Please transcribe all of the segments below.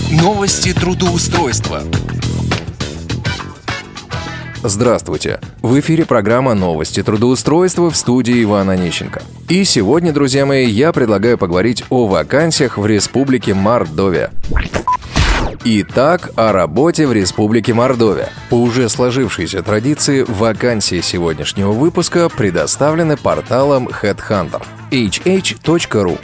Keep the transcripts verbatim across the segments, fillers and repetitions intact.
Новости трудоустройства. Здравствуйте! В эфире программа «Новости трудоустройства», в студии Иван Онищенко. И сегодня, друзья мои, я предлагаю поговорить о вакансиях в Республике Мордовия. Итак, о работе в Республике Мордовия. По уже сложившейся традиции, вакансии сегодняшнего выпуска предоставлены порталом HeadHunter эйч эйч точка ру.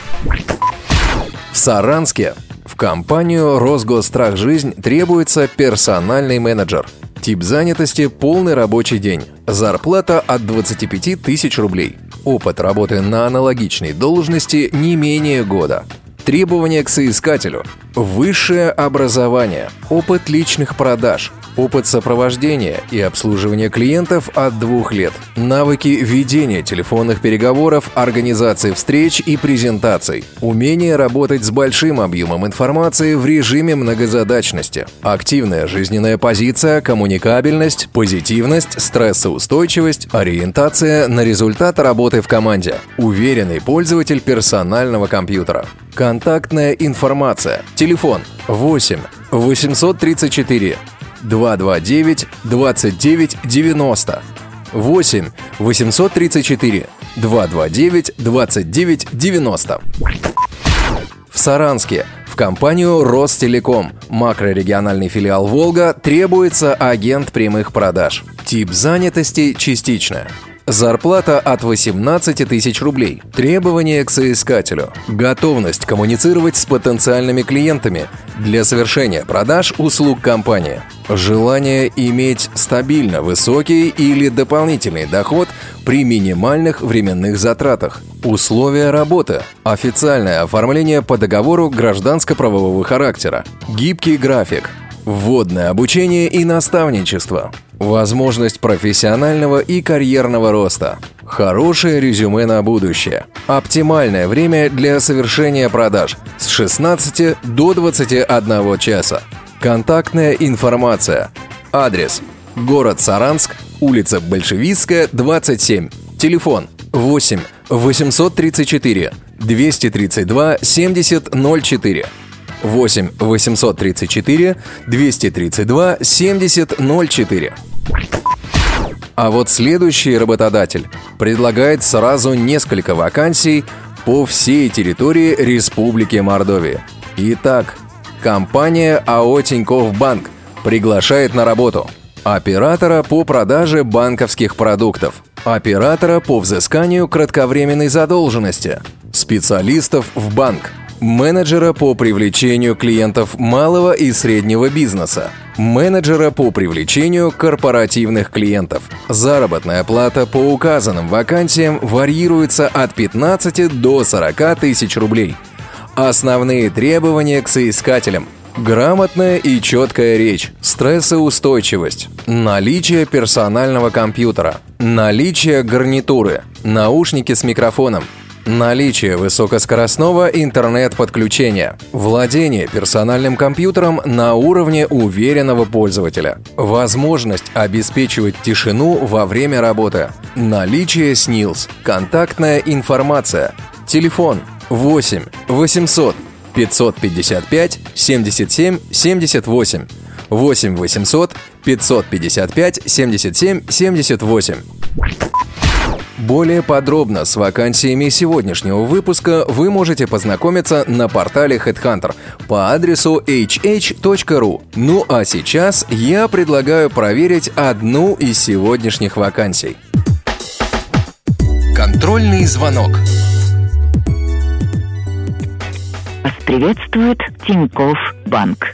В Саранске в компанию «Росгосстрахжизнь» требуется персональный менеджер. Тип занятости – полный рабочий день. Зарплата от двадцати пяти тысяч рублей. Опыт работы на аналогичной должности не менее года. Требования к соискателю. Высшее образование. Опыт личных продаж. Опыт сопровождения и обслуживания клиентов от двух лет. Навыки ведения телефонных переговоров, организации встреч и презентаций. Умение работать с большим объемом информации в режиме многозадачности. Активная жизненная позиция, коммуникабельность, позитивность, стрессоустойчивость, ориентация на результат работы в команде. Уверенный пользователь персонального компьютера. Контактная информация. Телефон восемь восемьсот тридцать четыре двести двадцать девять двадцать девять девяносто. восемь восемьсот тридцать четыре двести двадцать девять двадцать девять девяносто. В Саранске в компанию «Ростелеком», макрорегиональный филиал «Волга», требуется агент прямых продаж. Тип занятости – частичная. Зарплата от восемнадцати тысяч рублей. Требования к соискателю. Готовность коммуницировать с потенциальными клиентами для совершения продаж услуг компании. Желание иметь стабильно высокий или дополнительный доход при минимальных временных затратах. Условия работы. Официальное оформление по договору гражданско-правового характера. Гибкий график. Вводное обучение и наставничество. Возможность профессионального и карьерного роста. Хорошее резюме на будущее. Оптимальное время для совершения продаж с шестнадцати до двадцати одного часа. Контактная информация. Адрес: город Саранск, улица Большевистская, двадцать семь. Телефон восемь восемьсот тридцать четыре двести тридцать два семьдесят ноль четыре. восемь восемьсот тридцать четыре двести тридцать два семьдесят ноль четыре. А вот следующий работодатель предлагает сразу несколько вакансий по всей территории Республики Мордовия. Итак, компания АО «Тинькофф Банк» приглашает на работу оператора по продаже банковских продуктов, оператора по взысканию кратковременной задолженности, специалистов в банк, менеджера по привлечению клиентов малого и среднего бизнеса, менеджера по привлечению корпоративных клиентов. Заработная плата по указанным вакансиям варьируется от пятнадцати до сорока тысяч рублей. Основные требования к соискателям. Грамотная и четкая речь, стрессоустойчивость, наличие персонального компьютера, наличие гарнитуры, наушники с микрофоном, наличие высокоскоростного интернет-подключения, владение персональным компьютером на уровне уверенного пользователя, возможность обеспечивать тишину во время работы, наличие снилс, контактная информация, телефон восемь восемьсот пятьсот пятьдесят пять семьдесят семь семьдесят восемь, восемь восемьсот пятьсот пятьдесят пять семьдесят семь семьдесят восемь. Более подробно с вакансиями сегодняшнего выпуска вы можете познакомиться на портале HeadHunter по адресу эйч эйч точка ру. Ну а сейчас я предлагаю проверить одну из сегодняшних вакансий. Контрольный звонок. Вас приветствует Тинькофф Банк.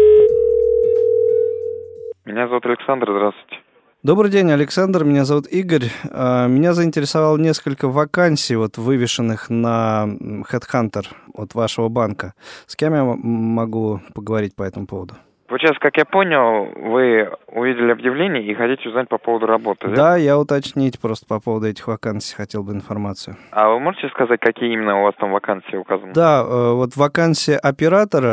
Меня зовут Александр, здравствуйте. Добрый день, Александр, меня зовут Игорь. Меня заинтересовало несколько вакансий, вот, вывешенных на HeadHunter от вашего банка. С кем я могу поговорить по этому поводу? Вот сейчас, как я понял, вы увидели объявление и хотите узнать по поводу работы, да? Да, я уточнить просто по поводу этих вакансий хотел бы информацию. А вы можете сказать, какие именно у вас там вакансии указаны? Да, вот вакансия оператора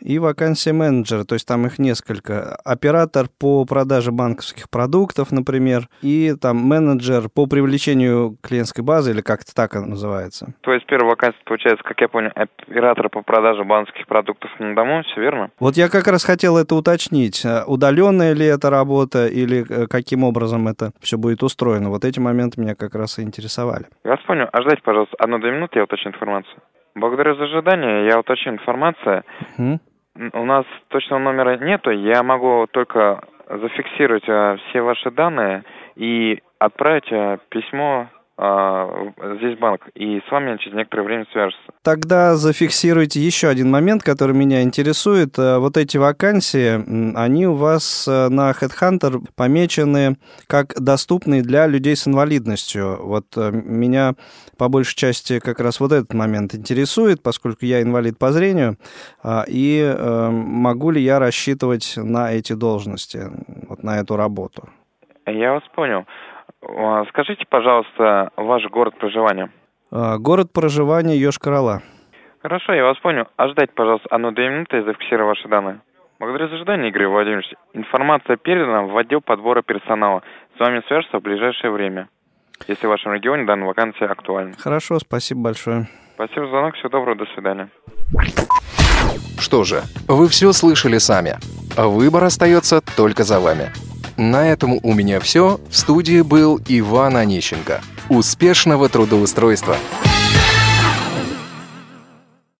и вакансия менеджера, то есть там их несколько. Оператор по продаже банковских продуктов, например, и там менеджер по привлечению клиентской базы, или как-то так она называется. То есть первая вакансия, получается, как я понял, оператор по продаже банковских продуктов на дому, все верно? Вот я как раз хотел это уточнить. Удаленная ли это работа или каким образом это все будет устроено? Вот эти моменты меня как раз и интересовали. Я вас понял. А ждайте, пожалуйста, одну-две минуты, я уточню информацию. Благодарю за ожидание, я уточню информацию. Угу. У нас точного номера нету, я могу только зафиксировать а, все ваши данные и отправить а, письмо а, здесь в банк, и с вами через некоторое время свяжутся. Тогда зафиксируйте еще один момент, который меня интересует. Вот эти вакансии, они у вас на HeadHunter помечены как доступные для людей с инвалидностью. Вот меня по большей части как раз вот этот момент интересует, поскольку я инвалид по зрению, и могу ли я рассчитывать на эти должности, вот на эту работу? Я вас понял. Скажите, пожалуйста, ваш город проживания. Город проживания Йошкар-Ола. Хорошо, я вас понял. Ожидайте, пожалуйста, одну-две минуты, я зафиксирую ваши данные. Благодарю за ожидание, Игорь Владимирович. Информация передана в отдел подбора персонала. С вами свяжутся в ближайшее время, если в вашем регионе данная вакансия актуальна. Хорошо, спасибо большое. Спасибо за звонок, всего доброго, до свидания. Что же, вы все слышали сами. Выбор остается только за вами. На этом у меня все. В студии был Иван Онищенко. Успешного трудоустройства!